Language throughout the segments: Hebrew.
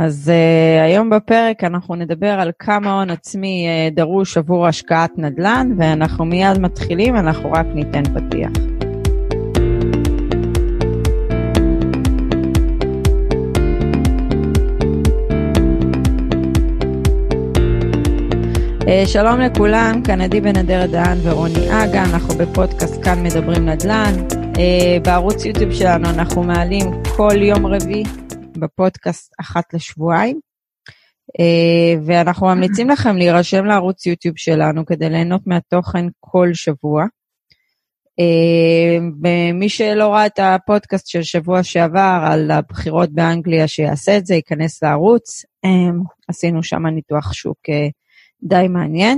אז היום בפרק אנחנו נדבר על כמה הון עצמי דרוש עבור השקעת נדל"ן, ואנחנו מיד מתחילים, אנחנו רק ניתן פתיח. שלום לכולם, כאן עדי בן אדר דהן ורוני אגה, אנחנו בפודקאסט כאן מדברים נדל"ן. בערוץ יוטיוב שלנו אנחנו מעלים כל יום רביעי בפודקאסט אחת לשבועיים, ואנחנו ממליצים לכם להירשם לערוץ יוטיוב שלנו כדי ליהנות מהתוכן כל שבוע. ומי שלא ראה את הפודקאסט של שבוע שעבר על הבחירות באנגליה שיעשה את זה, ייכנס לערוץ, עשינו שם ניתוח שוק די מעניין.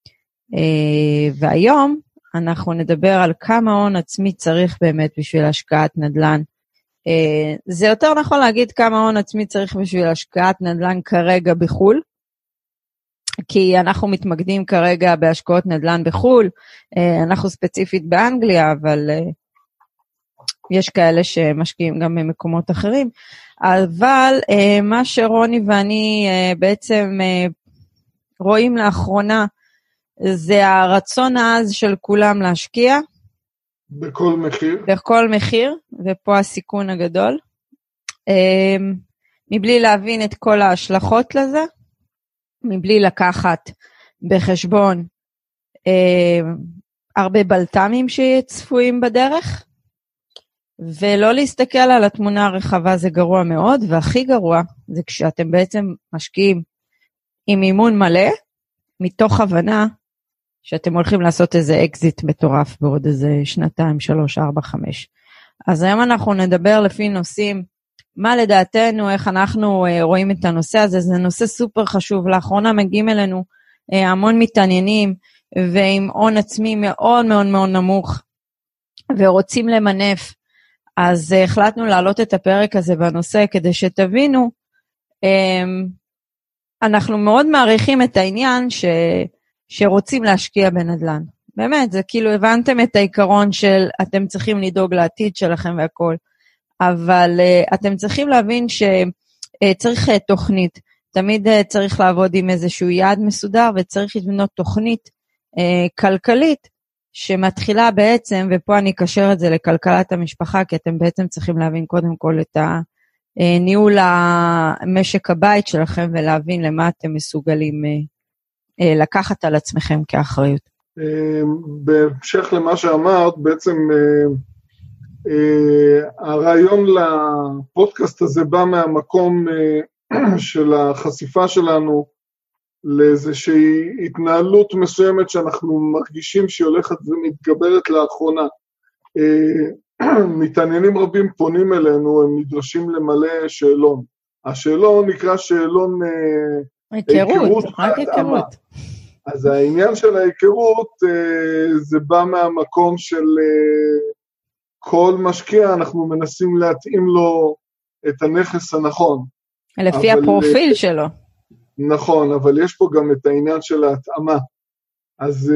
והיום אנחנו נדבר על כמה הון עצמי צריך באמת בשביל השקעת נדל"ן. זה יותר נכון להגיד כמה הון עצמי צריך בשביל השקעת נדל"ן כרגע בחול, כי אנחנו מתמקדים כרגע בהשקעות נדל"ן בחול, אנחנו ספציפית באנגליה, אבל יש כאלה שמשקיעים גם במקומות אחרים, אבל מה שרוני ואני בעצם רואים לאחרונה, זה הרצון העז של כולם להשקיע, בכל מחיר. בכל מחיר, ופה הסיכון הגדול. מבלי להבין את כל ההשלכות לזה, מבלי לקחת בחשבון הרבה בלת"מים שצפויים בדרך, ולא להסתכל על התמונה הרחבה, זה גרוע מאוד, והכי גרוע זה כשאתם בעצם משקיעים עם מימון מלא, מתוך הבנה, שאתם הולכים לעשות איזה אקזיט מטורף בעוד איזה 2, 3, 4, 5. אז היום אנחנו נדבר לפי נושאים, מה לדעתנו, איך אנחנו רואים את הנושא הזה, זה נושא סופר חשוב, לאחרונה מגיעים אלינו המון מתעניינים, ועם הון עצמי מאוד מאוד מאוד נמוך, ורוצים למנף, אז החלטנו להעלות את הפרק הזה בנושא, כדי שתבינו, אנחנו מאוד מעריכים את העניין שרוצים להשקיע בנדל"ן. באמת, זה כאילו הבנתם את העיקרון של אתם צריכים לדאוג לעתיד שלכם והכל, אבל אתם צריכים להבין שצריך תוכנית, תמיד צריך לעבוד עם איזשהו יעד מסודר, וצריך לבנות תוכנית כלכלית, שמתחילה בעצם, ופה אני אקשר את זה לכלכלת המשפחה, כי אתם בעצם צריכים להבין קודם כל את ניהול המשק הבית שלכם, ולהבין למה אתם מסוגלים לקחת על עצמכם כאחריות. בהמשך למה שאמרת, בעצם הרעיון לפודקאסט הזה בא מהמקום של החשיפה שלנו לאיזושהי התנהלות מסוימת שאנחנו מרגישים שהיא הולכת ומתגברת לאחרונה. מתעניינים רבים פונים אלינו, הם נדרשים למלא שאלון. השאלון נקרא שאלון היכרות, רק היכרות. אז העניין של ההיכרות, זה בא מהמקום של כל משקיע, אנחנו מנסים להתאים לו את הנכס הנכון. לפי הפרופיל שלו. נכון, אבל יש פה גם את העניין של ההתאמה. אז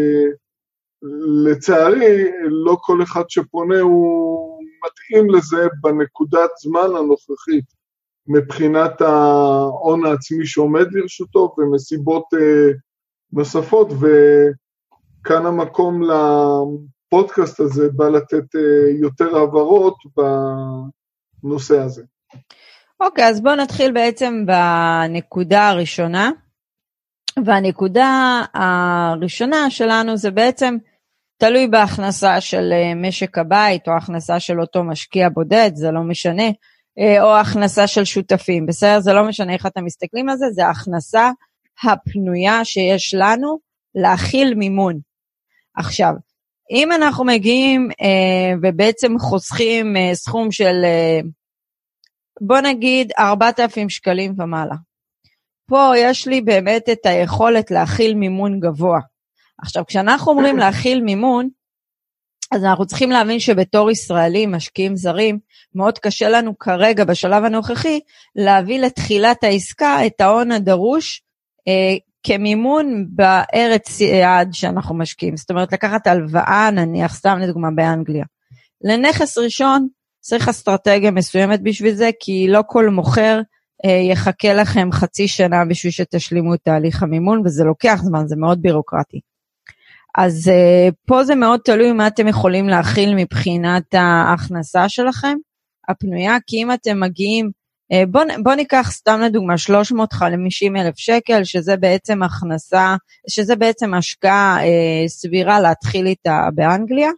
לצערי, לא כל אחד שפונה הוא מתאים לזה בנקודת זמן הנוכחית, מבחינת ההון העצמי שעומד לרשותו, ומסיבות נוספות, וכאן המקום לפודקאסט הזה, בא לתת יותר הבהרות בנושא הזה. אוקיי, אז בואו נתחיל בעצם בנקודה הראשונה, והנקודה הראשונה שלנו זה בעצם תלוי בהכנסה של משק הבית, או הכנסה של אותו משקיע בודד, זה לא משנה, או הכנסה של שותפים, בסדר? זה לא משנה איך אתם מסתכלים על זה, זה ההכנסה הפנויה שיש לנו להכיל מימון. עכשיו, אם אנחנו מגיעים ובעצם חוסכים סכום של, בוא נגיד 4,000 שקלים ומעלה, פה יש לי באמת את היכולת להכיל מימון גבוה. עכשיו, כשאנחנו אומרים להכיל מימון, אז אנחנו צריכים להבין שבתור ישראלים, משקיעים זרים, מאוד קשה לנו כרגע בשלב הנוכחי, להביא לתחילת העסקה את ההון הדרוש כמימון בארץ יעד שאנחנו משקיעים. זאת אומרת, לקחת הלוואה, נניח, סתם לדוגמה באנגליה. לנכס ראשון, צריך אסטרטגיה מסוימת בשביל זה, כי לא כל מוכר יחכה לכם חצי שנה בשביל שתשלימו את תהליך המימון, וזה לוקח זמן, זה מאוד בירוקרטי. אז פה זה מאוד תלוי מה אתם יכולים להכיל מבחינת ההכנסה שלכם, הפנויה, כי אם אתם מגיעים, בוא ניקח סתם לדוגמה 350,000 שקל, שזה בעצם הכנסה, שזה בעצם השקעה סבירה להתחיל איתה באנגליה.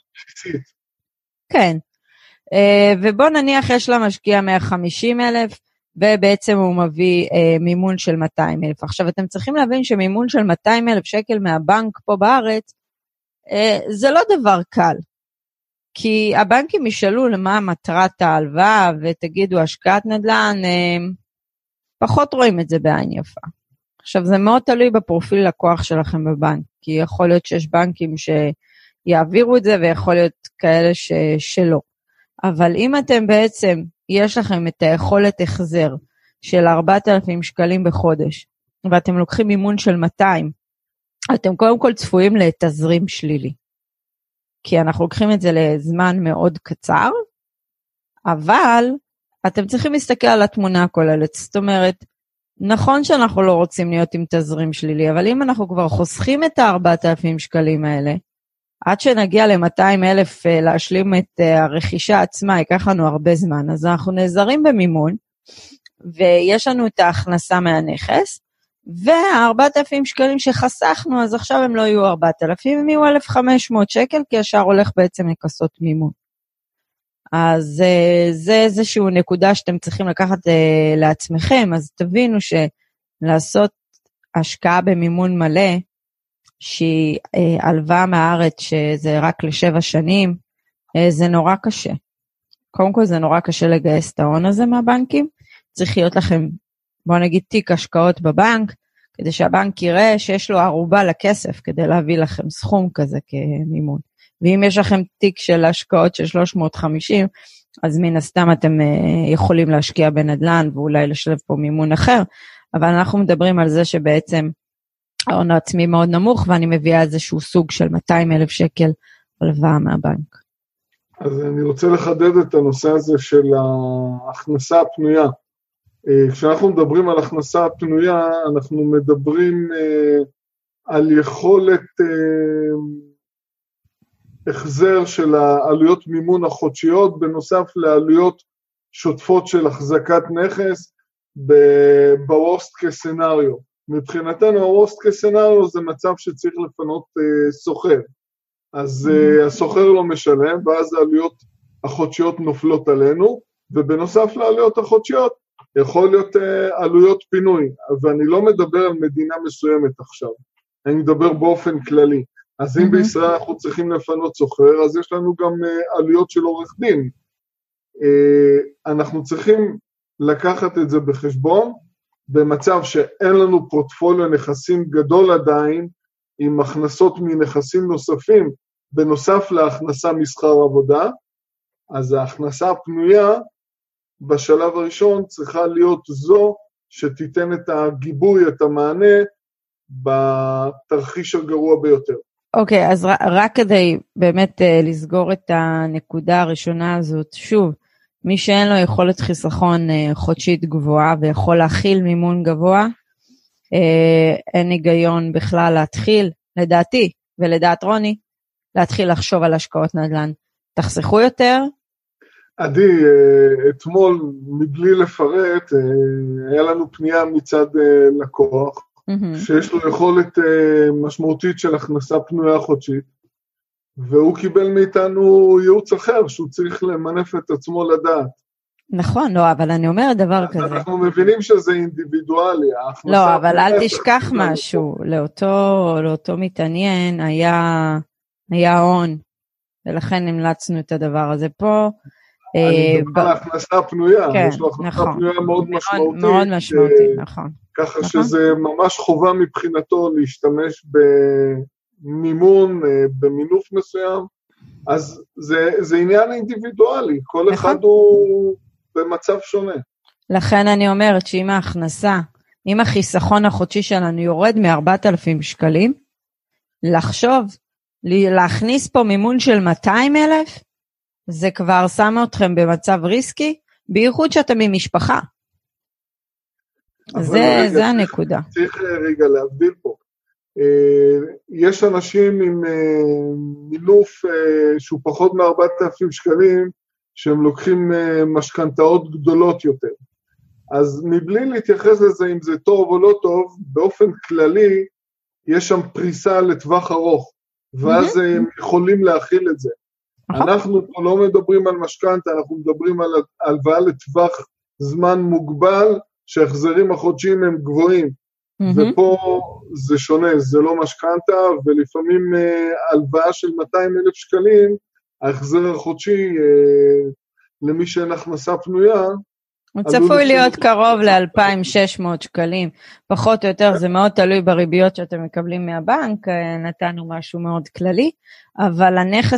כן. ובוא נניח יש לה משקיע 150,000, ובעצם הוא מביא מימון של 200,000. עכשיו אתם צריכים להבין שמימון של 200,000 שקל מהבנק פה בארץ, זה לא דבר קל. כי הבנקים ישאלו למה מטרת ההלוואה, ותגידו השקעת נדל"ן, פחות רואים את זה בעין יפה. עכשיו זה מאוד תלוי בפרופיל לקוח שלכם בבנק, כי יכול להיות שיש בנקים שיעבירו את זה, ויכול להיות כאלה שלא. אבל אם אתם בעצם, יש לכם את היכולת החזר של 4,000 שקלים בחודש, ואתם לוקחים מימון של 200, אתם קודם כל צפויים לתזרים שלילי. כי אנחנו לוקחים את זה לזמן מאוד קצר, אבל אתם צריכים להסתכל על התמונה הכוללת. זאת אומרת, נכון שאנחנו לא רוצים להיות עם תזרים שלילי, אבל אם אנחנו כבר חוסכים את ה-4,000 שקלים האלה, עד שנגיע ל-200,000 להשלים את הרכישה עצמה, ייקח לנו הרבה זמן, אז אנחנו נעזרים במימון, ויש לנו את ההכנסה מהנכס, וה-4,000 שקלים שחסכנו, אז עכשיו הם לא יהיו 4,000, הם יהיו 1,500 שקל, כי השאר הולך בעצם לכסות מימון. אז זה איזשהו נקודה שאתם צריכים לקחת לעצמכם, אז תבינו שלעשות השקעה במימון מלא, שהיא הלוואה מהארץ, שזה רק ל7 שנים, זה נורא קשה. קודם כל זה נורא קשה לגייס את ההון הזה מהבנקים, צריך להיות לכם, בוא נגיד תיק השקעות בבנק, כדי שהבנק יראה שיש לו ערובה לכסף, כדי להביא לכם סכום כזה כמימון. ואם יש לכם תיק של השקעות של 350, אז מן הסתם אתם יכולים להשקיע בנדל"ן, ואולי לשלב פה מימון אחר, אבל אנחנו מדברים על זה שבעצם, ההון העצמי מאוד נמוך, ואני מביאה איזשהו סוג של 200,000 שקל הלוואה מהבנק. אז אני רוצה לחדד את הנושא הזה של ההכנסה הפנויה. כשאנחנו מדברים על הכנסה הפנויה, אנחנו מדברים על יכולת החזר של העלויות מימון החודשיות, בנוסף לעלויות שוטפות של החזקת נכס, בוורסט כסנריו. מבחינתנו הוורסט כסנריו זה מצב שצריך לפנות סוחר. אז הסוחר לא משלם, ואז העלויות החודשיות נופלות עלינו, ובנוסף לעלויות החודשיות, יכול להיות עלויות פינוי, ואני לא מדבר על מדינה מסוימת עכשיו, אני מדבר באופן כללי. אז אם בישראל אנחנו צריכים לפנות סוחר, אז יש לנו גם עלויות של עורך דין. אנחנו צריכים לקחת את זה בחשבון, במצב שאין לנו פורטפוליו נכסים גדול עדיין, עם הכנסות מנכסים נוספים, בנוסף להכנסה משכר עבודה, אז ההכנסה הפנויה, בשלב הראשון צריכה להיות זו, שתיתן את הגיבוי, את המענה, בתרחיש הגרוע ביותר. אוקיי, אז רק כדי באמת לסגור את הנקודה הראשונה הזאת, שוב, מי שאין לו יכולת חיסכון חודשית גבוהה, ויכול להכיל מימון גבוה, אין היגיון בכלל להתחיל, לדעתי ולדעת רוני, להתחיל לחשוב על השקעות נדל"ן. תחסכו יותר? עדי, אתמול מבלי לפרט, היה לנו פנייה מצד לקוח, שיש לו יכולת משמעותית של הכנסה פנויה חודשית, והוא קיבל מאיתנו ייעוץ אחר, שהוא צריך למנף את עצמו לדעת. נכון, לא, אבל אני אומרת דבר כזה. אנחנו מבינים שזה אינדיבידואלי. לא, אבל אל תשכח משהו, לאותו מתעניין היה הון, ולכן המלצנו את הדבר הזה פה. אני מדבר על ההכנסה הפנויה, יש לו הכנסה פנויה מאוד משמעותית. מאוד משמעותית, נכון. ככה שזה ממש חובה מבחינתו להשתמש במימון, במינוף מסוים, אז זה עניין אינדיבידואלי, כל אחד הוא במצב שונה. לכן אני אומרת שאם ההכנסה, אם החיסכון החודשי שלנו יורד מ-4,000 שקלים, לחשוב, להכניס פה מימון של 200,000, זה כבר שם אתכם במצב ריסקי, בייחוד שאתם עם משפחה. זה הנקודה. צריך רגע להבדיל פה. יש אנשים עם מינוף שהוא פחות מ4,000 שקלים, שהם לוקחים משכנתאות גדולות יותר. אז מבלי להתייחס לזה אם זה טוב או לא טוב, באופן כללי יש שם פריסה לטווח ארוך, ואז הם יכולים להכיל את זה. אנחנו פה לא מדברים על משכנתה, אנחנו מדברים על הלוואה לטווח זמן מוגבל, שהחזרים החודשיים הם גבוהים, ופה זה שונה, זה לא משכנתה, ולפעמים הלוואה של 200,000 שקלים, ההחזר החודשי למי שאין הכנסה פנויה, הוא צפוי להיות קרוב ל-2,600 שקלים, פחות או יותר, זה מאוד תלוי בריביות שאתם מקבלים מהבנק, נתנו משהו מאוד כללי, אבל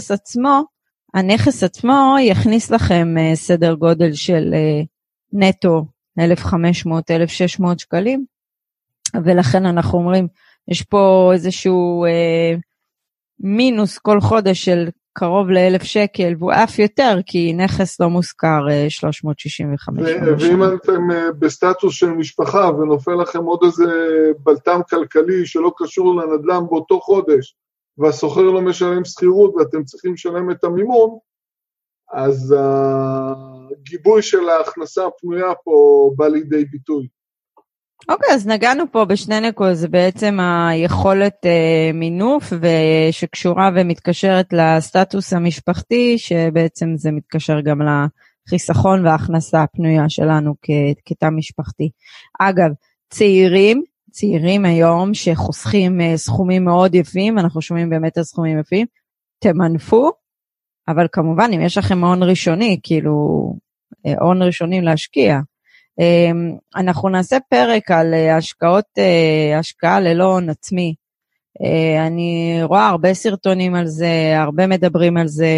הנכס עצמו יכניס לכם סדר גודל של נטו 1,500-1,600 שקלים, ולכן אנחנו אומרים, יש פה איזשהו מינוס כל חודש של קרוב ל1,000 שקל, והוא אף יותר, כי נכס לא מוזכר 365. ואם אתם בסטטוס של משפחה, ונופל לכם עוד איזה בלטם כלכלי, שלא קשור לנדל"ן באותו חודש, והסוחר לא משלם שכירות, ואתם צריכים לשלם את המימון, אז הגיבוי של ההכנסה הפנויה פה בא לידי ביטוי. אוקיי, אז נגענו פה בשני נקודות, זה בעצם היכולת מינוף, שקשורה ומתקשרת לסטטוס המשפחתי, שבעצם זה מתקשר גם לחיסכון וההכנסה הפנויה שלנו כתא משפחתי. אגב, צעירים היום שחוסכים סכומים מאוד יפים, אנחנו שומעים באמת על סכומים יפים, תמנפו, אבל כמובן אם יש לכם הון ראשוני, כאילו הון ראשוני להשקיע, אנחנו נעשה פרק על השקעה ללא הון עצמי, אני רואה הרבה סרטונים על זה, הרבה מדברים על זה,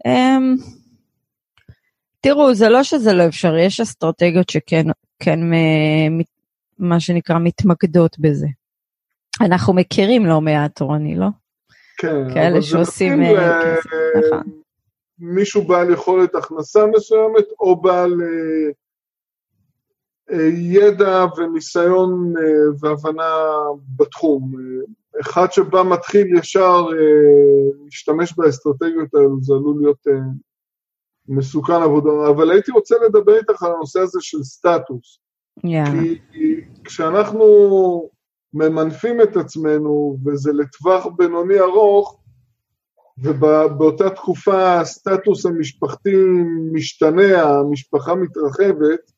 תראו, זה לא שזה לא אפשרי, יש אסטרטגיות שכן מה שנקרא מתמקדות בזה. אנחנו מכירים לא מעט, רוני, לא? כן. כאלה שעושים כסף, נכון. מישהו בעל יכולת הכנסה מסוימת, או בעל ידע וניסיון והבנה בתחום. אחד שבא מתחיל ישר להשתמש באסטרטגיות האלו, זה עלול להיות מסוכן עבודה. אבל הייתי רוצה לדבר איתך על הנושא הזה של סטטוס. כי כשאנחנו ממנפים את עצמנו, וזה לטווח בינוני ארוך, ובאותה תקופה הסטטוס המשפחתי משתנה, המשפחה מתרחבת,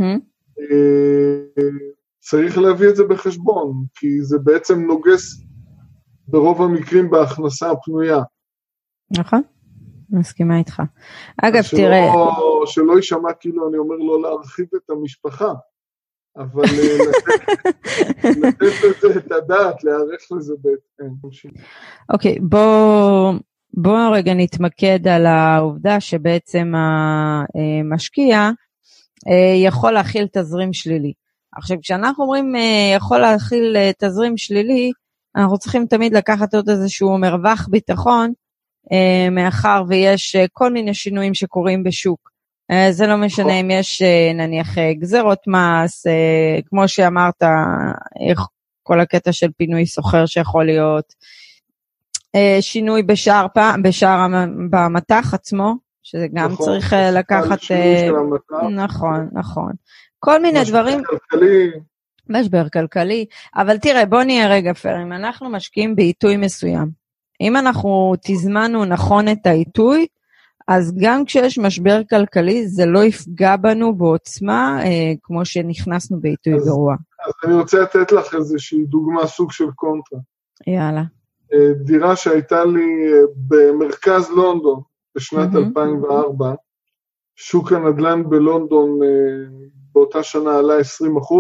צריך להביא את זה בחשבון, כי זה בעצם נוגס ברוב המקרים בהכנסה הפנויה. מסכימה איתך. אגב, תראה... שלא יישמע כאילו אני אומר לא להרחיב את המשפחה, אבל לתת לזה את הדעת, להערך לזה בהתאם. אוקיי, בואו רגע נתמקד על העובדה שבעצם המשקיע יכול להכיל תזרים שלילי. עכשיו, כשאנחנו אומרים יכול להכיל תזרים שלילי, אנחנו צריכים תמיד לקחת עוד איזשהו מרווח ביטחון, מאחר ויש כל מיני שינויים שקורים בשוק. זה לא משנה אם יש נניח גזרות מס, כמו שאמרת, כל הקטע של פינוי סוחר שיכול להיות, שינוי בשער במתח עצמו, שזה גם צריך לקחת, נכון, כל מיני דברים, משבר כלכלי, אבל תראה, בוא נהיה רגע פייר, אם אנחנו משקיעים בעיתוי מסוים, אם אנחנו תזמנו נכון את העיתוי, אז גם כשיש משבר כלכלי, זה לא יפגע בנו בעוצמה, כמו שנכנסנו בעיתוי גרוע. אז אני רוצה לתת לך איזושהי דוגמה, סוג של קונטרה. יאללה. דירה שהייתה לי במרכז לונדון, בשנת 2004, שוק הנדל"ן בלונדון באותה שנה עלה 20%,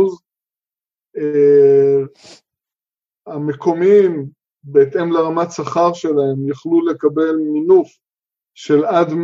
המקומיים, בהתאם לרמת שכר שלהם, יכלו לקבל מינוף של עד 120%,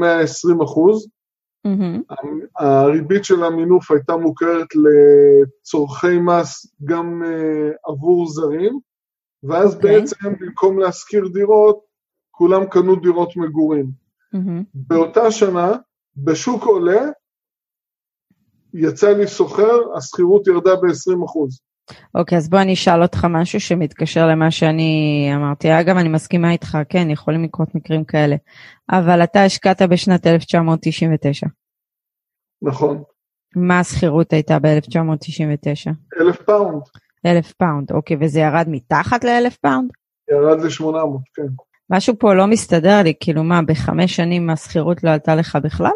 הריבית של המינוף הייתה מוכרת לצורכי מס גם עבור זרים, ואז בעצם במקום להשכיר דירות, כולם קנו דירות מגורים. באותה שנה, בשוק עולה, יצא לי סוחר, השכירות ירדה ב-20%. אוקיי, אז בוא אני אשאל אותך משהו שמתקשר למה שאני אמרתי. אגב, אני מסכימה איתך, כן, יכולים לקרות מקרים כאלה. אבל אתה השקעת בשנת 1999. נכון. מה השכירות הייתה ב-1999? 1,000 פאונד. 1,000 פאונד, אוקיי, וזה ירד מתחת ל-1,000 פאונד? ירד ל-800, כן. משהו פה לא מסתדר לי, כאילו מה, ב5 שנים השכירות לא עלתה לך בכלל?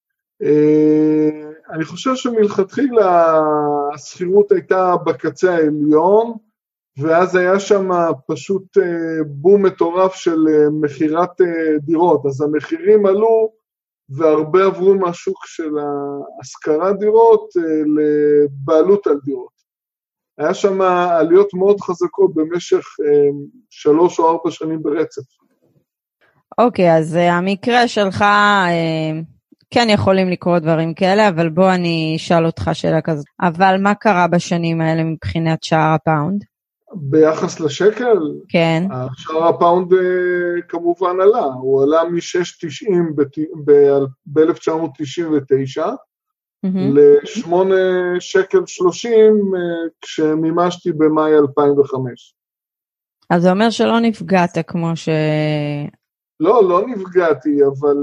אני חושב שמלכתחילה השכירות הייתה בקצה העליון, ואז היה שם פשוט בום מטורף של מחירת דירות, אז המחירים עלו, והרבה עברו מהשוק של השכרת דירות לבעלות על דירות. היה שם עליות מאוד חזקות במשך 3 או 4 שנים ברצף. אוקיי, אז המקרה שלך, כן יכולים לקרות דברים כאלה, אבל בוא אני אשאל אותך שאלה כזאת. אבל מה קרה בשנים האלה מבחינת שער הפאונד? ביחס לשקל? כן. שער הפאונד כמובן עלה, הוא עלה מ-6.90 ב-1999 ל-8.30 שקל כשמימשתי במאי 2005. אז זה אומר שלא נפגעת כמו ש... לא נפגעתי, אבל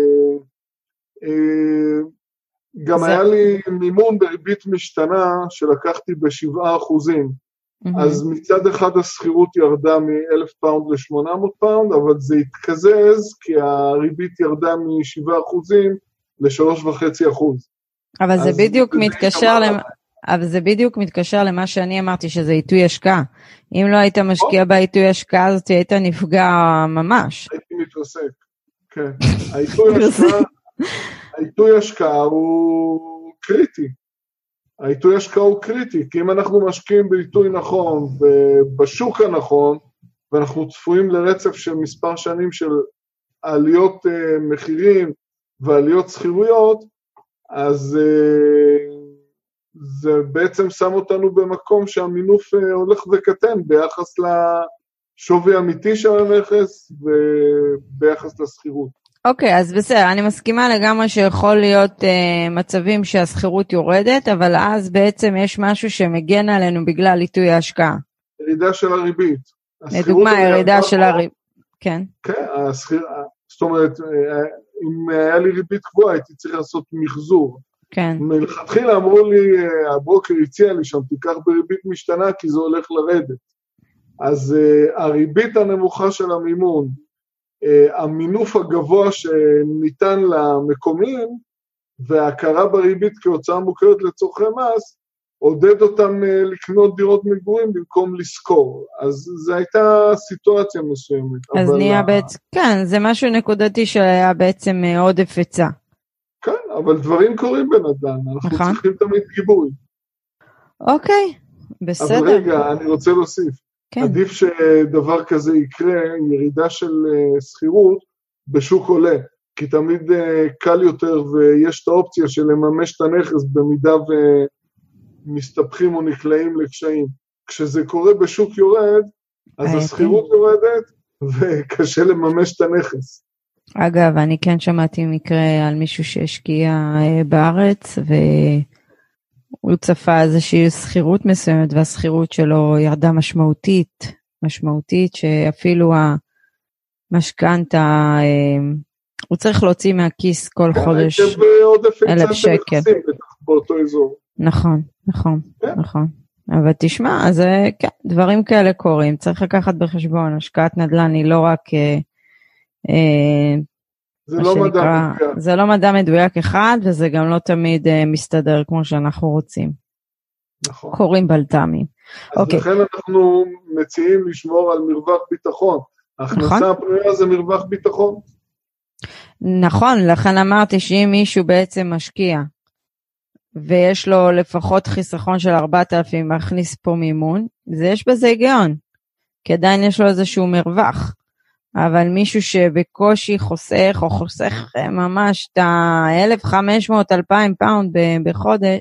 גם היה לי מימון בריבית משתנה שלקחתי ב7%. אז מצד אחד השכירות ירדה מ1,000 פאונד ל800 פאונד, אבל זה התקזז כי הריבית ירדה מ7% ל3.5%. אבל זה בדיוק מתקשר למה שאני אמרתי, שזה עיתוי השקעה. אם לא היית משקיע בעיתוי השקעה הזאת, היית נפגע ממש. הייתי מתרסק, כן. העיתוי השקעה הוא קריטי. העיתוי השקעה הוא קריטי, כי אם אנחנו משקיעים בעיתוי נכון ובשוק הנכון, ואנחנו צפויים לרצף של מספר שנים של עליות מחירים ועליות שכירויות, אז זה בעצם שם אותנו במקום שהמינוף הולך וקטן ביחס לשווי אמיתי של הנכס וביחס לשכירות. אוקיי, אז בסדר, אני מסכימה לגמרי שיכול להיות מצבים שהשכירות יורדת, אבל אז בעצם יש משהו שמגן עלינו בגלל עיתוי ההשקעה. ירידה של הריבית. לדוגמה, ירידה של הריבית, כן. כן, זאת אומרת, אם היה לי ריבית קבועה, הייתי צריך לעשות מחזור. כן. מלכתחילה אמרו לי, הבוקר הציע לי שם, תיקח בריבית משתנה, כי זה הולך לרדת. אז הריבית הנמוכה של המימון, המינוף הגבוה שניתן למקומיים, וההכרה בריבית כהוצאה מוכרת לצורכי מס, עודד אותם לקנות דירות מגורים במקום לשכור. אז זו הייתה סיטואציה מסוימת. אז נהיה בעצם, כן, זה משהו נקודתי שהיה בעצם עודף היצע. כן, אבל דברים קורים בנדל"ן, אנחנו צריכים תמיד גיבוי. אוקיי, בסדר. אבל רגע, אני רוצה להוסיף. כן. עדיף שדבר כזה יקרה, ירידה של שכירות בשוק עולה, כי תמיד קל יותר ויש את האופציה של לממש את הנכס במידה ומסתבכים או נקלעים לקשיים. כשזה קורה בשוק יורד, אז השכירות יורדת וקשה לממש את הנכס. אגב, אני כן שמעתי מקרה על מישהו שהשקיע בארץ והוא צפה איזושהי שכירות מסוימת, והשכירות שלו ירדה משמעותית, שאפילו המשכנתא, הוא צריך להוציא מהכיס כל חודש 1,000 שקל. באותו אזור. נכון. אבל תשמע, אז כן, דברים כאלה קורים, צריך לקחת בחשבון, השקעת נדל"ן היא לא רק... זה לא מדע מדויק אחד, וזה גם לא תמיד מסתדר כמו שאנחנו רוצים. נכון. קוראים בלת"מים. אז לכן אנחנו מציעים לשמור על מרווח ביטחון. ההכנסה הפנויה זה מרווח ביטחון. נכון, לכן אמרתי שאם מישהו בעצם משקיע, ויש לו לפחות חיסכון של 4,000 להכניס פה מימון, זה יש בזה היגיון, כי עדיין יש לו איזשהו מרווח. אבל מישהו שבקושי חוסך, או חוסך ממש את ה-1,500-2,000 פאונד בחודש,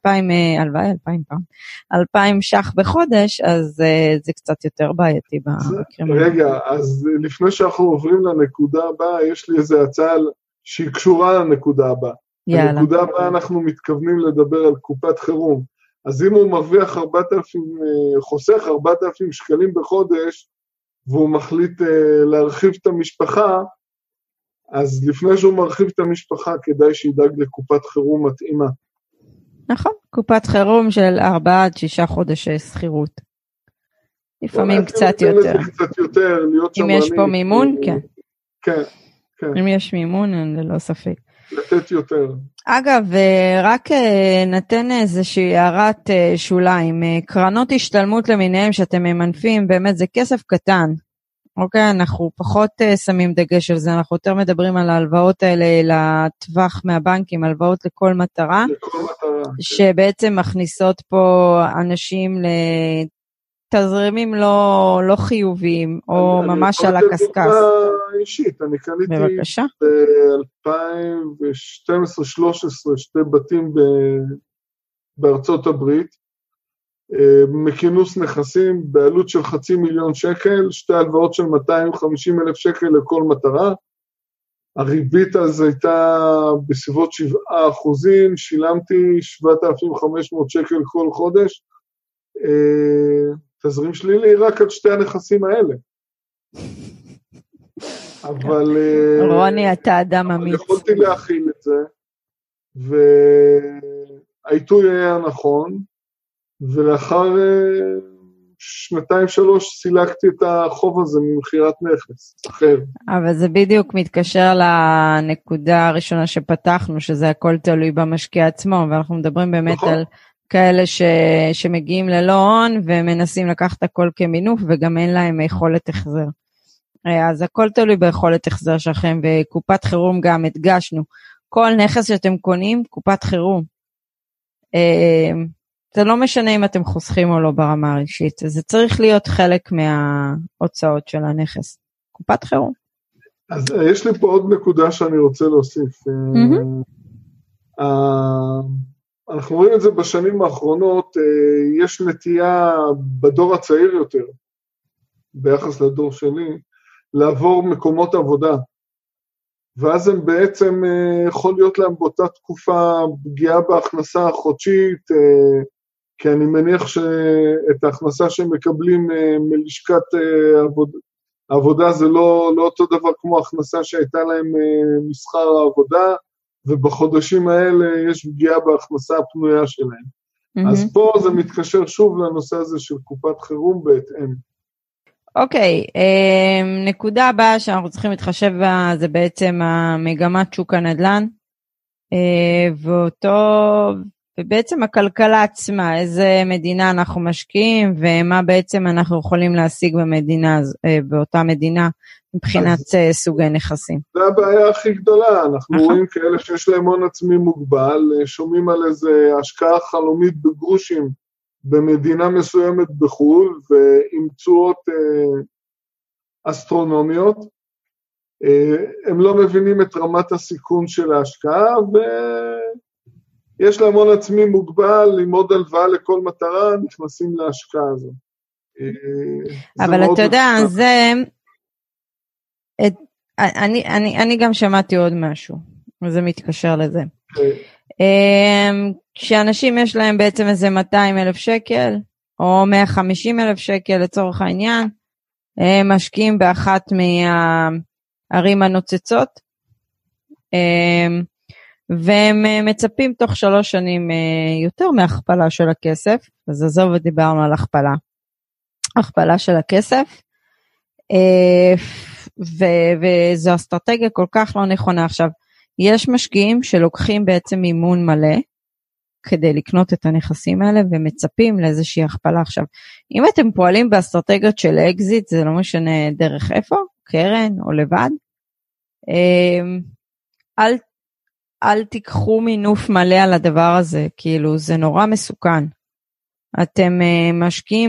2,000 שח בחודש, אז זה קצת יותר בעייתי במקרים. רגע, אז לפני שאנחנו עוברים לנקודה הבאה, יש לי איזו הצעה שהיא קשורה לנקודה הבאה. יאללה. הנקודה הבאה אנחנו מתכוונים לדבר על קופת חירום. אז אם הוא מרוויח 4,000, חוסך 4,000 שקלים בחודש, והוא מחליט להרחיב את המשפחה, אז לפני שהוא מרחיב את המשפחה, כדאי שידאג לקופת חירום מתאימה. נכון, קופת חירום של 4-6 חודשי שכירות. לפעמים קצת יותר. קצת יותר, להיות אם יש פה מימון, כן. כן, כן. אם יש מימון, ללא ספק. לתת יותר. אגב, רק נתן איזושהי הערת שוליים. קרנות השתלמות למיניהם שאתם ממנפים, באמת זה כסף קטן. אוקיי, אנחנו פחות שמים דגש על זה, אנחנו יותר מדברים על ההלוואות האלה לטווח מהבנקים, הלוואות לכל מטרה. לכל מטרה. שבעצם מכניסות פה אנשים לתזרימים לא חיוביים, או ממש על הקסקס. אני יכול לתת דוגמה אישית, אני קניתי ב-2012-2013 שתי בתים בארצות הברית, מכינוס נכסים בעלות של 500,000 שקל, שתי הלוואות של 250,000 שקל לכל מטרה, הריבית אז הייתה בסביבות 7%, שילמתי 7,500 שקל כל חודש, תזרים שלילי רק על שתי הנכסים האלה. אבל רוני, אתה אדם אמיץ. יכולתי להכיל את זה, והעיתוי היה נכון, ולאחר 2-3 סילקתי את החוב הזה ממחירת נכס אחר. אבל זה בדיוק מתקשר לנקודה הראשונה שפתחנו, שזה הכל תלוי במשקיע עצמו, ואנחנו מדברים באמת נכון. על כאלה שמגיעים ללא הון, ומנסים לקחת הכל כמינוף, וגם אין להם יכולת החזר. אז הכל תלוי ביכולת החזר שלכם, וקופת חירום גם הדגשנו. כל נכס שאתם קונים, קופת חירום. זה לא משנה אם אתם חוסכים או לא ברמה הראשית, זה צריך להיות חלק מההוצאות של הנכס. קופת חירום. אז יש לי פה עוד נקודה שאני רוצה להוסיף. אנחנו רואים את זה בשנים האחרונות, יש נטייה בדור הצעיר יותר, ביחס לדור שלי, לעבור מקומות עבודה. ואז הם בעצם יכול להיות להם באותה תקופה פגיעה בהכנסה החודשית, כי אני מניח שאת ההכנסה שהם מקבלים מלשכת העבודה זה לא אותו דבר כמו הכנסה שהייתה להם משכר העבודה, ובחודשים האלה יש פגיעה בהכנסה הפנויה שלהם. אז פה זה מתקשר שוב לנושא הזה של קופת חירום בהתאם. אוקיי, נקודה הבאה שאנחנו צריכים להתחשב בה זה בעצם המגמת שוק הנדל"ן, ובעצם הכלכלה עצמה, איזה מדינה אנחנו משקיעים, ומה בעצם אנחנו יכולים להשיג במדינה, באותה מדינה, מבחינת סוגי נכסים. זה הבעיה הכי גדולה, אנחנו רואים כאלה שיש להם הון עצמי מוגבל, שומעים על איזה השקעה חלומית בגרושים, במדינה מסוימת בחו"ל, ועם תשואות אסטרונומיות, הם לא מבינים את רמת הסיכון של ההשקעה, ויש להם הון עצמי מוגבל, עם עוד הלוואה לכל מטרה, נכנסים להשקעה הזו. אבל אתה יודע, זה... אני גם שמעתי עוד משהו, וזה מתקשר לזה. כשאנשים יש להם בעצם איזה 200,000 שקל, או 150,000 שקל לצורך העניין, הם משקיעים באחת מהערים הנוצצות, והם מצפים תוך 3 שנים יותר מהכפלה של הכסף, אז עזוב ודיברנו על הכפלה של הכסף, וזו אסטרטגיה כל כך לא נכונה. עכשיו, יש משקיעים שלוקחים בעצם מימון מלא, כדי לקנות את הנכסים האלה, ומצפים לאיזושהי הכפלה. עכשיו, אם אתם פועלים באסטרטגיות של אקזיט, זה לא משנה דרך איפה, קרן או לבד, אל תיקחו מינוף מלא על הדבר הזה, כאילו זה נורא מסוכן. אתם משקיעים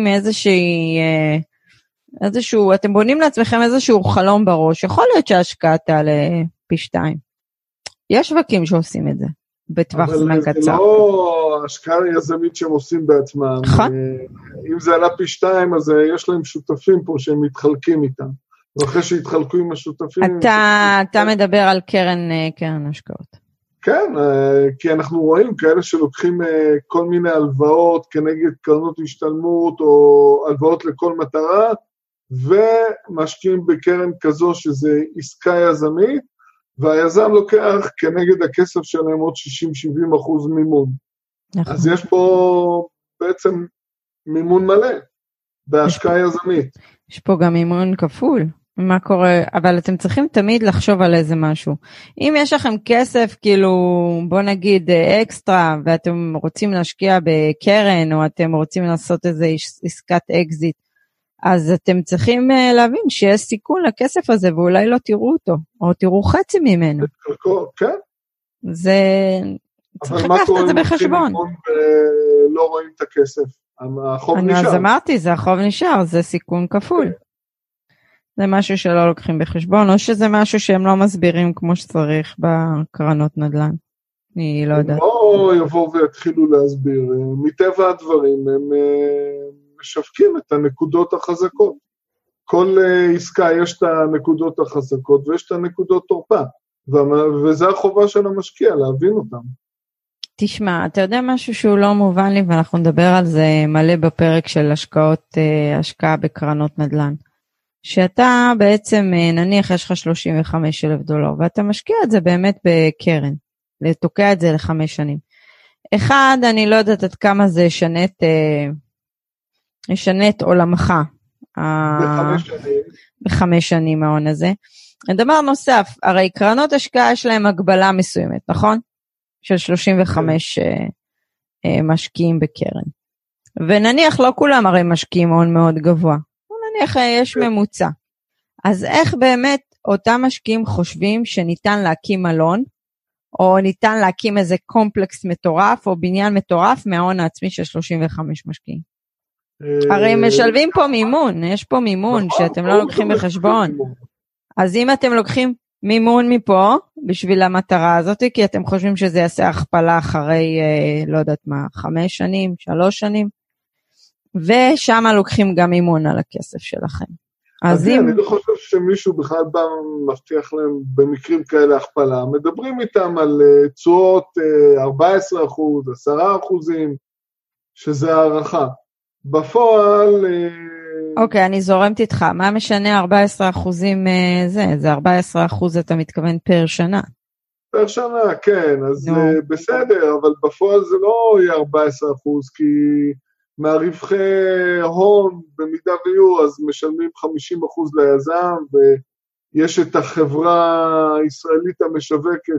אתם בונים לעצמכם איזשהו חלום בראש, יכול להיות שההשקעה תעלה פי 2. יש שווקים שעושים את זה, בטווח זמן קצר. אבל זה לא השקעה יזמית שהם עושים בעצמם. אם זה עלה פי 2, אז יש להם שותפים פה שהם מתחלקים איתם. ואחרי שהתחלקו עם השותפים... אתה מדבר על קרן השקעות. כן, כי אנחנו רואים כאלה שלוקחים כל מיני הלוואות כנגד קרנות השתלמות או הלוואות לכל מטרה, ומשקיעים בקרן כזו שזה עסקה יזמית, והיזם לוקח כנגד הכסף שלהם עוד 60-70% מימון. נכון. אז יש פה בעצם מימון מלא, בהשקעה יזמית. יש פה גם מימון כפול. מה קורה, אבל אתם צריכים תמיד לחשוב על איזה משהו. אם יש לכם כסף, כאילו, בוא נגיד אקסטרה, ואתם רוצים להשקיע בקרן, או אתם רוצים לעשות איזה עסקת אקזיט, אז אתם צריכים להבין שיש סיכון לכסף הזה, ואולי לא תראו אותו, או תראו חצי ממנו. כן. זה, צריך לקחת את זה בחשבון. לא רואים את הכסף, החוב נשאר. אז אמרתי, זה החוב נשאר, זה סיכון כפול. זה משהו שלא לוקחים בחשבון, או שזה משהו שהם לא מסבירים כמו שצריך בקרנות נדל"ן. אני לא יודעת. לא יבואו ויתחילו להסביר. מטבע הדברים הם משווקים את הנקודות החזקות. כל עסקה יש את הנקודות החזקות ויש את הנקודות תורפה. וזה החובה של המשקיע, להבין אותם. תשמע, אתה יודע משהו שהוא לא מובן לי, ואנחנו נדבר על זה מלא בפרק של השקעה בקרנות נדל"ן. שאתה בעצם, נניח יש לך $35,000, ואתה משקיע את זה באמת בקרן, לתוקע את זה ל5 שנים. אחד, אני לא יודעת עד כמה זה ישנה את עולמך. ב5 שנים ההון הזה. דבר נוסף, הרי קרנות השקעה יש להם הגבלה מסוימת, נכון? של 35 משקיעים בקרן. ונניח לא כולם הרי משקיעים הון מאוד גבוה. נניח יש ממוצע. אז איך באמת אותם משקיעים חושבים שניתן להקים מלון, או ניתן להקים איזה קומפלקס מטורף, או בניין מטורף מההון העצמי של 35 משקיעים? הרי הם משלבים פה מימון, יש פה מימון שאתם לא לוקחים בחשבון. אז אם אתם לוקחים מימון מפה, בשביל המטרה הזאת, כי אתם חושבים שזה יעשה הכפלה אחרי, לא יודעת מה, 5 שנים, 3 שנים, ושם לוקחים גם אימון על הכסף שלכם. אז אם... אני לא חושב שמישהו בכלל בא מבטיח להם במקרים כאלה הכפלה, מדברים איתם על תשואות 14%, 10%, שזה הערכה. בפועל... אוקיי, אני זורמת איתך, מה משנה 14% זה 14% אתה מתכוון פר שנה. פר שנה, כן, אז בסדר, אבל בפועל זה לא יהיה 14%, כי... מהרווחי הון, במידה ויהיו, אז משלמים 50% ליזם, ויש את החברה הישראלית המשווקת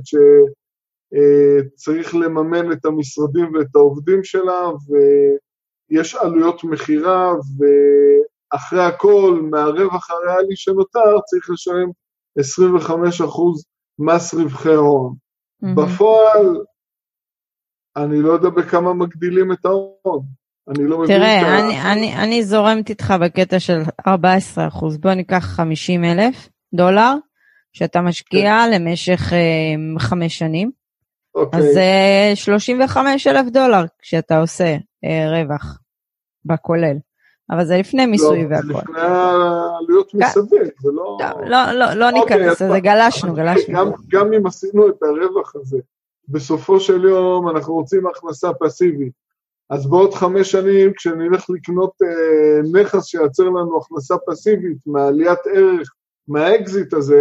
שצריך לממן את המשרדים ואת העובדים שלה, ויש עלויות מחירה, ואחרי הכל, מהרווח הריאלי שנותר, צריך לשלם 25% מס רווחי הון. בפועל, אני לא יודע בכמה מגדילים את ההון. תראה, אני זורמת איתך בקטע של 14%, בוא ניקח $50,000, שאתה משקיע למשך 5 שנים, אז זה $35,000 כשאתה עושה רווח בכולל, אבל זה לפני מיסוי והכל. זה לפני העלויות מסביב, זה לא... לא ניכנס, זה גלשנו. גם אם עשינו את הרווח הזה, בסופו של יום אנחנו רוצים הכנסה פסיבית, אז בעוד 5 שנים, כשנלך לקנות נכס שיצר לנו הכנסה פסיבית, מעליית ערך, מהאקזיט הזה,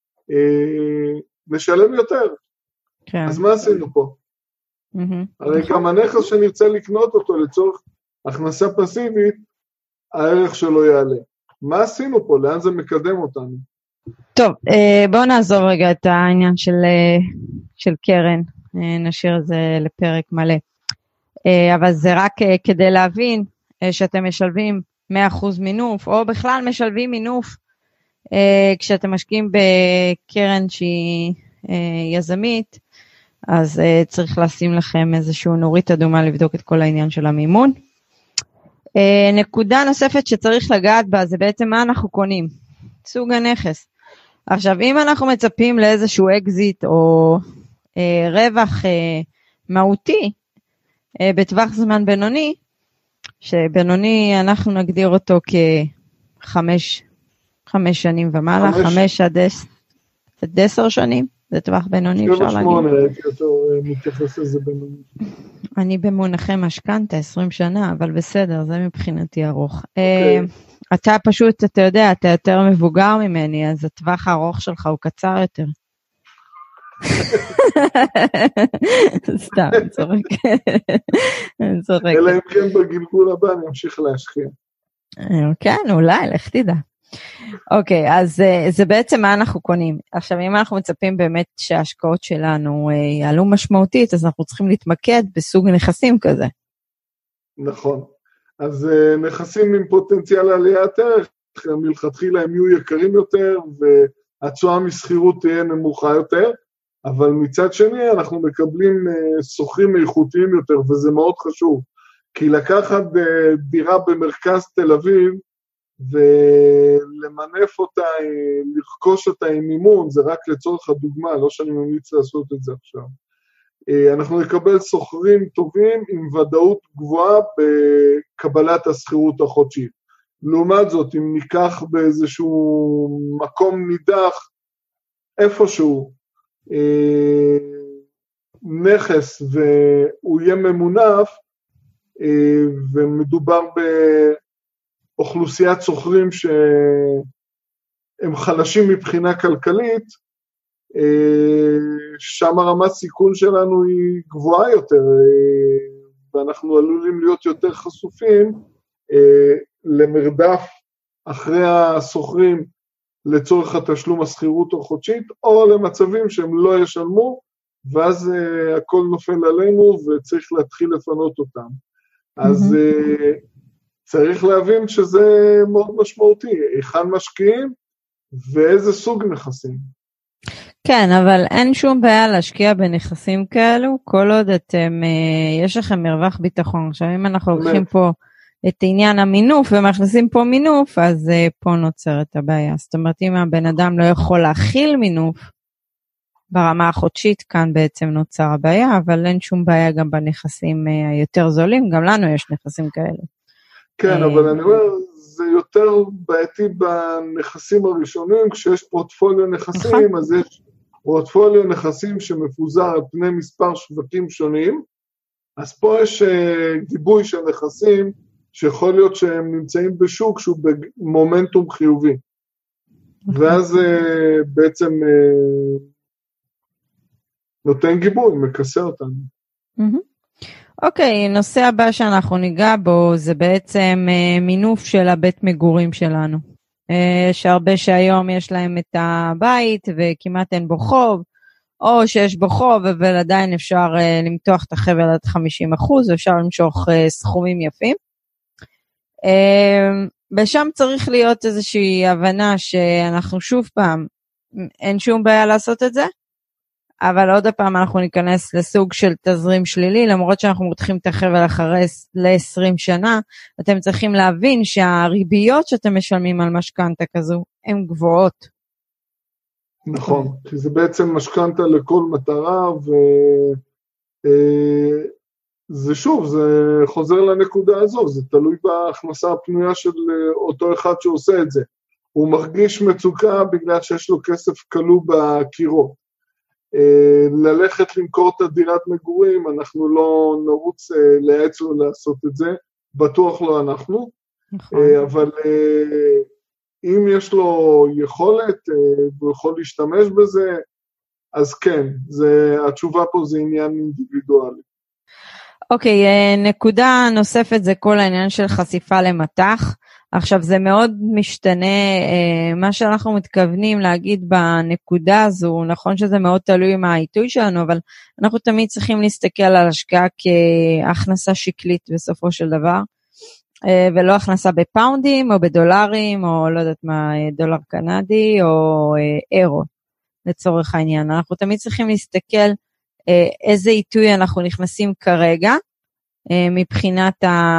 נשלם יותר. כן. אז מה עשינו פה? הרי גם הנכס שנרצה לקנות אותו לצורך הכנסה פסיבית, הערך שלו יעלה. מה עשינו פה? לאן זה מקדם אותנו? טוב, בואו נעזוב רגע את העניין של קרן, נשאיר את זה לפרק מלא. אבל זה רק כדי להבין שאתם משלבים 100% מינוף, או בכלל משלבים מינוף כשאתם משקיעים בקרן שהיא יזמית, אז צריך לשים לכם איזשהו נורית אדומה לבדוק את כל העניין של המימון. נקודה נוספת שצריך לגעת בה זה בעצם מה אנחנו קונים, סוג הנכס. עכשיו אם אנחנו מצפים לאיזשהו אקזיט או רווח מהותי, בטווח זמן בינוני, שבינוני אנחנו נגדיר אותו כ5 שנים ומעלה, 5 עד 10 שנים. זה טווח בינוני, אפשר להגיד. 7-8, הייתי יותר מתייחס לזה בינוני. אני במונחי משכנתה 20 שנה, אבל בסדר, זה מבחינתי ארוך. אתה פשוט, אתה יודע, אתה יותר מבוגר ממני, אז הטווח הארוך שלך הוא קצר יותר. סתם, צוחק. אלא אם כן בגלגול הבא אני אמשיך להשקיע. כן, אולי, לך תדע. אוקיי, אז זה בעצם מה אנחנו קונים. עכשיו, אם אנחנו מצפים באמת שההשקעות שלנו יעלו משמעותית, אז אנחנו צריכים להתמקד בסוג נכסים כזה. נכון. אז נכסים עם פוטנציאל עליית ערך, מלכתחילה הם יהיו יקרים יותר, והתשואה מסחירות תהיה נמוכה יותר, אבל מצד שני אנחנו מקבלים שוכרים איכותיים יותר, וזה מאוד חשוב, כי לקחת דירה במרכז תל אביב, ולמנף אותה, לרכוש אותה עם מימון, זה רק לצורך הדוגמה, לא שאני ממליץ לעשות את זה עכשיו. אנחנו נקבל שוכרים טובים עם ודאות גבוהה בקבלת השכירות החודשית. לעומת זאת, אם ניקח באיזשהו מקום נידח, איפשהו, נכס והוא יהיה ממונף, ומדובר באוכלוסיית שוכרים שהם חלשים מבחינה כלכלית, שם הרמת סיכון שלנו היא גבוהה יותר, ואנחנו עלולים להיות יותר חשופים למרדף אחרי השוכרים לצורך התשלום השכירות החודשית, או למצבים שהם לא ישלמו, ואז הכל נופל עלינו וצריך להתחיל לפנות אותם. אז צריך להבין שזה מאוד משמעותי, היכן משקיעים ואיזה סוג נכסים. כן, אבל אין שום בעיה להשקיע בנכסים כאלו, כל עוד יש לכם מרווח ביטחון. עכשיו, אם אנחנו לוקחים פה את עניין המינוף ומכניסים פה מינוף, אז פה נוצרת הבעיה. זאת אומרת, אם הבן אדם לא יכול להכיל מינוף ברמה החודשית, כאן בעצם נוצר הבעיה, אבל אין שום בעיה גם בנכסים היותר זולים, גם לנו יש נכסים כאלו. כן, אבל אני אומר, זה יותר בעייתי בנכסים הראשונים, כשיש פורטפוליו נכסים, אז יש פורטפוליו נכסים שמפוזר על פני מספר שווקים שונים, אז פה יש גיבוי של נכסים, שיכול להיות שהם נמצאים בשוק שהוא במומנטום חיובי, ואז בעצם נותן גיבוי, מקסה אותנו. אוקיי, נושא הבא שאנחנו ניגע בו, זה בעצם מינוף של הבית מגורים שלנו. יש הרבה שהיום יש להם את הבית וכמעט אין בו חוב, או שיש בו חוב אבל עדיין אפשר למתוח את החבל עד 50%, ואפשר למשוך סכומים יפים. ושם צריך להיות איזושהי הבנה שאנחנו שוב פעם, אין שום בעיה לעשות את זה, אבל עוד הפעם אנחנו ניכנס לסוג של תזרים שלילי, למרות שאנחנו מותחים את החבל אחרי ל-20 שנה, אתם צריכים להבין שהריביות שאתם משלמים על משכנתה כזו, הן גבוהות. נכון, כי זה בעצם משכנתה לכל מטרה, וזה שוב, זה חוזר לנקודה הזו, זה תלוי בהכנסה הפנויה של אותו אחד שעושה את זה. הוא מרגיש מצוקה בגלל שיש לו כסף כלוא בקירות. ללכת למכור את הדירת מגורים, אנחנו לא נרוץ לייעץ לו לעשות את זה, בטוח לא אנחנו, אבל אם יש לו יכולת, הוא יכול להשתמש בזה, אז כן, התשובה פה זה עניין אינדיבידואלי. אוקיי, נקודה נוספת זה כל העניין של חשיפה למתח. עכשיו זה מאוד משתנה, מה שאנחנו מתכוונים להגיד בנקודה הזו, נכון שזה מאוד תלוי עם העיתוי שלנו, אבל אנחנו תמיד צריכים להסתכל על השקעה כהכנסה שקלית בסופו של דבר, ולא הכנסה בפאונדים או בדולרים, או לא יודעת מה, דולר קנדי או אירו, לצורך העניין. אנחנו תמיד צריכים להסתכל איזה עיתוי אנחנו נכנסים כרגע, מבחינת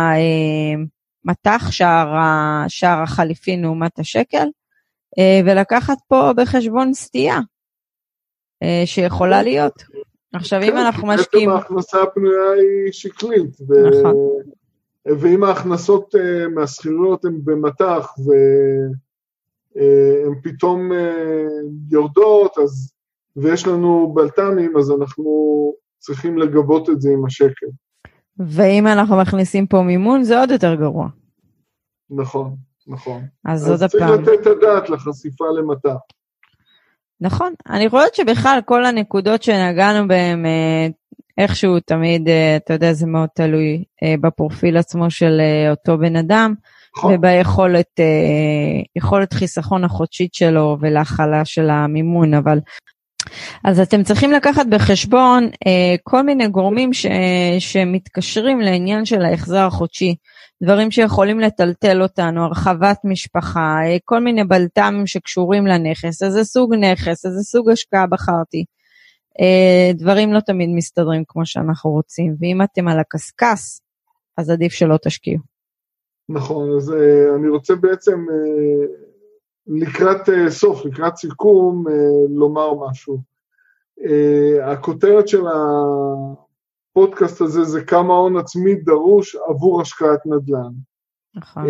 מטח, שער החליפין לעומת השקל, ולקחת פה בחשבון סטייה, שיכולה להיות. עכשיו, אם אנחנו משקיעים... ההכנסה הפנויה היא שקלית, ואם ההכנסות מהשכירויות הן במטח, והן פתאום יורדות, אז ויש לנו בלת"מים, אז אנחנו צריכים לגבות את זה עם השקל. ואם אנחנו מכניסים פה מימון, זה עוד יותר גרוע. נכון, נכון. אז עוד צריך הפעם. לתת את הדעת לחשיפה למטה. נכון, אני חושבת שבכלל כל הנקודות שנגענו בהן, איכשהו תמיד, אתה יודע, זה מאוד תלוי בפרופיל עצמו של אותו בן אדם, נכון. וביכולת יכולת חיסכון החודשית שלו ולהחלה של המימון, אבל אז אתם צריכים לקחת בחשבון כל מיני גורמים שמתקשרים לעניין של ההחזר החודשי, דברים שיכולים לטלטל אותנו, הרחבת משפחה, כל מיני בלת"מים שקשורים לנכס, איזה סוג נכס, איזה סוג השקעה בחרתי, דברים לא תמיד מסתדרים כמו שאנחנו רוצים, ואם אתם על הקסקס, אז עדיף שלא תשקיעו. נכון, אז אני רוצה בעצם לקראת סוף, לקראת סיכום, לומר משהו. הכותרת של הפודקאסט הזה זה כמה הון עצמי דרוש עבור השקעת נדל"ן. נכון.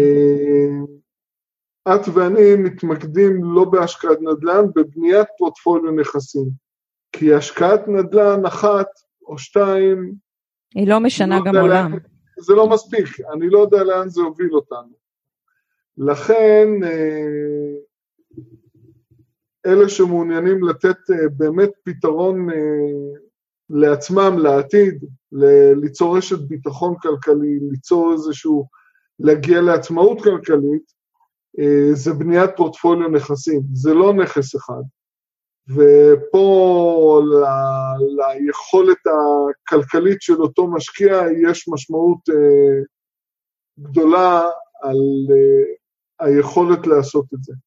את ואני מתמקדים לא בהשקעת נדל"ן, בבניית פורטפוליו נכסים. כי השקעת נדל"ן אחת או שתיים, היא לא משנה גם עולם. זה לא מספיק, אני לא יודע לאן זה הוביל אותנו. לכן, אלה שמעוניינים לתת באמת פתרון לעצמם, לעתיד, ליצור רשת ביטחון כלכלי, ליצור איזשהו, להגיע לעצמאות כלכלית, זה בניית פורטפוליו נכסים, זה לא נכס אחד. ופה ליכולת הכלכלית של אותו משקיע יש משמעות גדולה על היכולת לעשות את זה.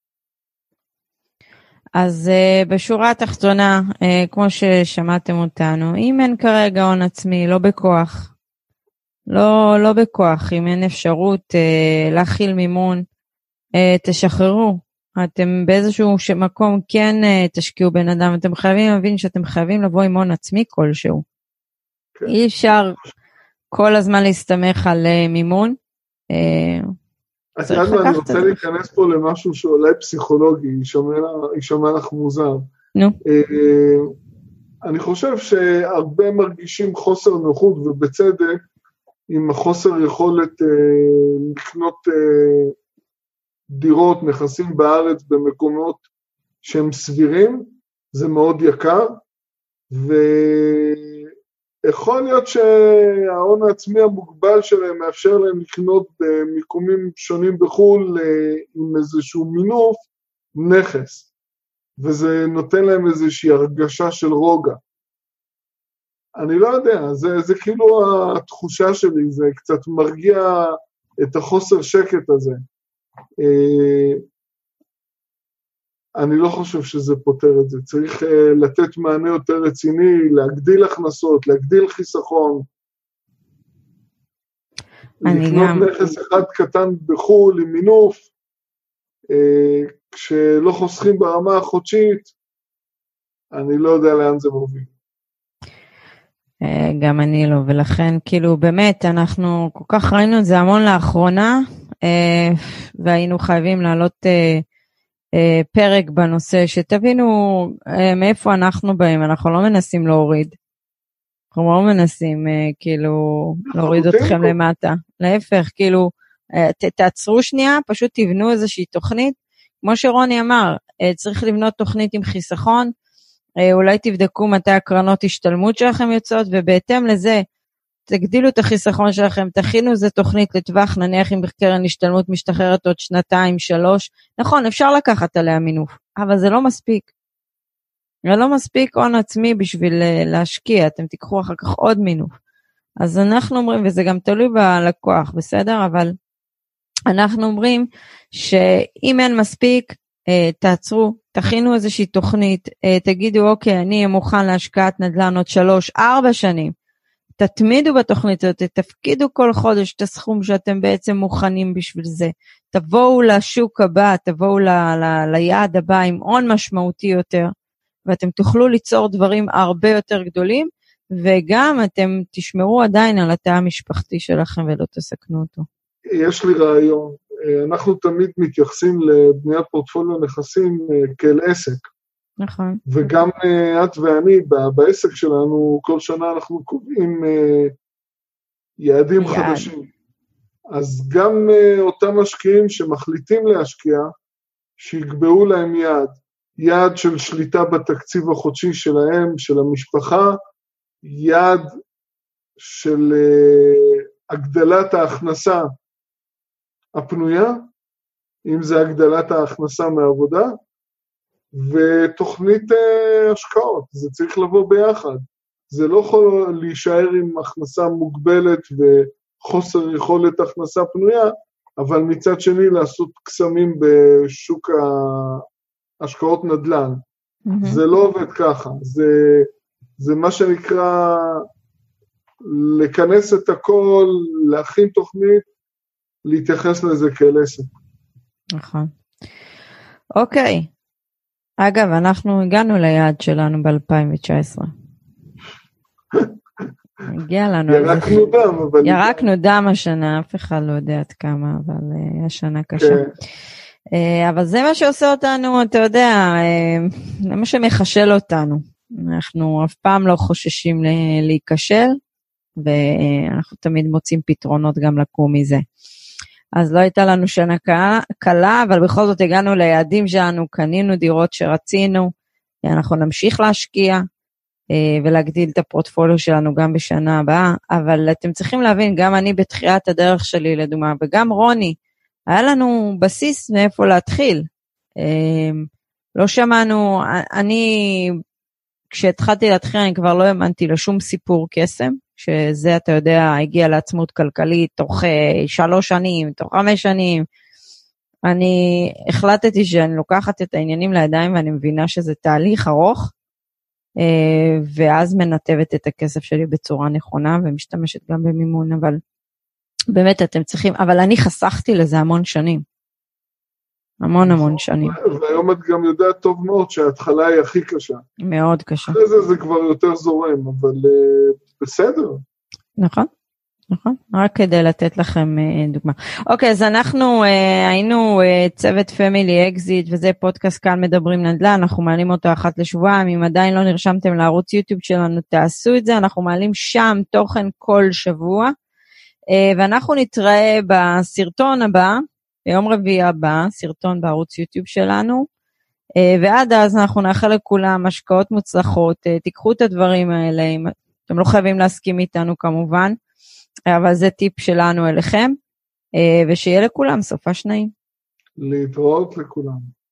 אז בשורה התחתונה, כמו ששמעתם אותנו, אם אין כרגע הון עצמי, לא בכוח, לא בכוח, אם אין אפשרות להכיל מימון, תשחררו. אתם באיזשהו מקום כן תשקיעו בן אדם, אתם חייבים להבין שאתם חייבים לבוא עם הון עצמי כלשהו. כן. אי אפשר כל הזמן להסתמך על מימון. אז אני רוצה להיכנס פה למשהו שאולי פסיכולוגי, יישמע לך מוזר. נו. אני חושב שהרבה מרגישים חוסר נוחות, ובצדק, עם החוסר יכולת לקנות דירות, נכסים בארץ במקומות שהם סבירים, זה מאוד יקר, ויכול להיות שההון העצמי המוגבל שלהם מאפשר להם לקנות במיקומים שונים בחול עם איזשהו מינוף נכס, וזה נותן להם איזושהי הרגשה של רוגע. אני לא יודע, זה כאילו התחושה שלי, זה קצת מרגיע את החוסר שקט הזה. אני לא חושב שזה פותר את זה, צריך לתת מענה יותר רציני, להגדיל הכנסות, להגדיל חיסכון, לקנות נכס אחד קטן בחול עם מינוף, כשלא חוסכים ברמה החודשית, אני לא יודע לאן זה מוביל. גם אני לא, ולכן כאילו באמת אנחנו כל כך ראינו את זה המון לאחרונה, והיינו חייבים לעלות פרק בנושא, שתבינו מאיפה אנחנו באים, אנחנו לא מנסים להוריד, אנחנו לא מנסים כאילו להוריד אתכם למטה, להפך, כאילו תעצרו שנייה, פשוט תבנו איזושהי תוכנית, כמו שרוני אמר, צריך לבנות תוכנית עם חיסכון, אולי תבדקו מתי הקרנות השתלמות שלכם יוצאות, ובהתאם לזה תגדילו את החיסכון שלכם, תכינו איזה תוכנית לטווח, נניח אם קרן השתלמות משתחררת עוד 2-3, נכון, אפשר לקחת עליה מינוף, אבל זה לא מספיק. זה לא מספיק הון עצמי בשביל להשקיע, אתם תיקחו אחר כך עוד מינוף. אז אנחנו אומרים, וזה גם תלוי בלקוח, בסדר? אבל אנחנו אומרים שאם אין מספיק, תעצרו, תכינו איזושהי תוכנית, תגידו, אוקיי, אני מוכן להשקעת נדל"ן עוד 3-4 שנים, תתמידו בתוכנית הזאת, תפקידו כל חודש את הסכום שאתם בעצם מוכנים בשביל זה, תבואו לשוק הבא, תבואו ליעד הבא עם הון משמעותי יותר, ואתם תוכלו ליצור דברים הרבה יותר גדולים, וגם אתם תשמרו עדיין על התא המשפחתי שלכם ולא תסכנו אותו. יש לי רעיון, אנחנו תמיד מתייחסים לבניית פורטפוליו נכסים כאל עסק, נכון. וגם את ואני, בעסק שלנו, כל שנה אנחנו קובעים יעדים חדשים. אז גם אותם משקיעים שמחליטים להשקיע, שיקבעו להם יעד של שליטה בתקציב החודשי שלהם, של המשפחה, יעד של הגדלת ההכנסה הפנויה, אם זה הגדלת ההכנסה מעבודה, ותוכנית השקעות, זה צריך לבוא ביחד. זה לא יכול להישאר עם הכנסה מוגבלת וחוסר יכולת הכנסה פנויה, אבל מצד שני לעשות קסמים בשוק ההשקעות נדל"ן. זה לא עובד ככה, זה מה שנקרא לכנס את הכל, להכין תוכנית, להתייחס לזה כאל עסק. נכון. אוקיי. אגב, אנחנו הגענו ליעד שלנו ב-2019. הגיע לנו. ירקנו דם, אבל... ירקנו דם השנה, אף אחד לא יודע עד כמה, אבל השנה קשה. אבל זה מה שעושה אותנו, אתה יודע, זה מה שמחשל אותנו. אנחנו אף פעם לא חוששים להיכשל, ואנחנו תמיד מוצאים פתרונות גם לקום מזה. אז לא הייתה לנו שנה קלה, אבל בכל זאת הגענו ליעדים שלנו, קנינו דירות שרצינו, אנחנו נמשיך להשקיע, ולהגדיל את הפורטפוליו שלנו גם בשנה הבאה, אבל אתם צריכים להבין, גם אני בתחילת הדרך שלי לדוגמה, וגם רוני, היה לנו בסיס מאיפה להתחיל. לא שמענו, כשהתחלתי להתחיל, אני כבר לא האמנתי לשום סיפור קסם, שזה, אתה יודע, הגיע לעצמות כלכלית תוך 3 שנים, תוך 5 שנים. אני החלטתי שאני לוקחת את העניינים לידיים, ואני מבינה שזה תהליך ארוך, ואז מנתבת את הכסף שלי בצורה נכונה, ומשתמשת גם במימון, אבל באמת אתם צריכים, אבל אני חסכתי לזה המון שנים. המון שנים. והיום את גם יודעת טוב מאוד שההתחלה היא הכי קשה. מאוד קשה. אחרי זה כבר יותר זורם, אבל בסדר. נכון. רק כדי לתת לכם דוגמה. אוקיי, אז אנחנו היינו צוות פמילי אקזיט, וזה פודקאסט כאן מדברים נדל"ן, אנחנו מעלים אותו אחת לשבועיים, אם עדיין לא נרשמתם לערוץ יוטיוב שלנו, תעשו את זה, אנחנו מעלים שם תוכן כל שבוע, ואנחנו נתראה בסרטון הבא, ביום רביעי הבא, סרטון בערוץ יוטיוב שלנו, ועד אז אנחנו נאחל לכולם השקעות מוצלחות, תיקחו את הדברים האלה, אתם לא חייבים להסכים איתנו כמובן, אבל זה טיפ שלנו אליכם, ושיהיה לכולם סופה שניים. להתראות לכולם.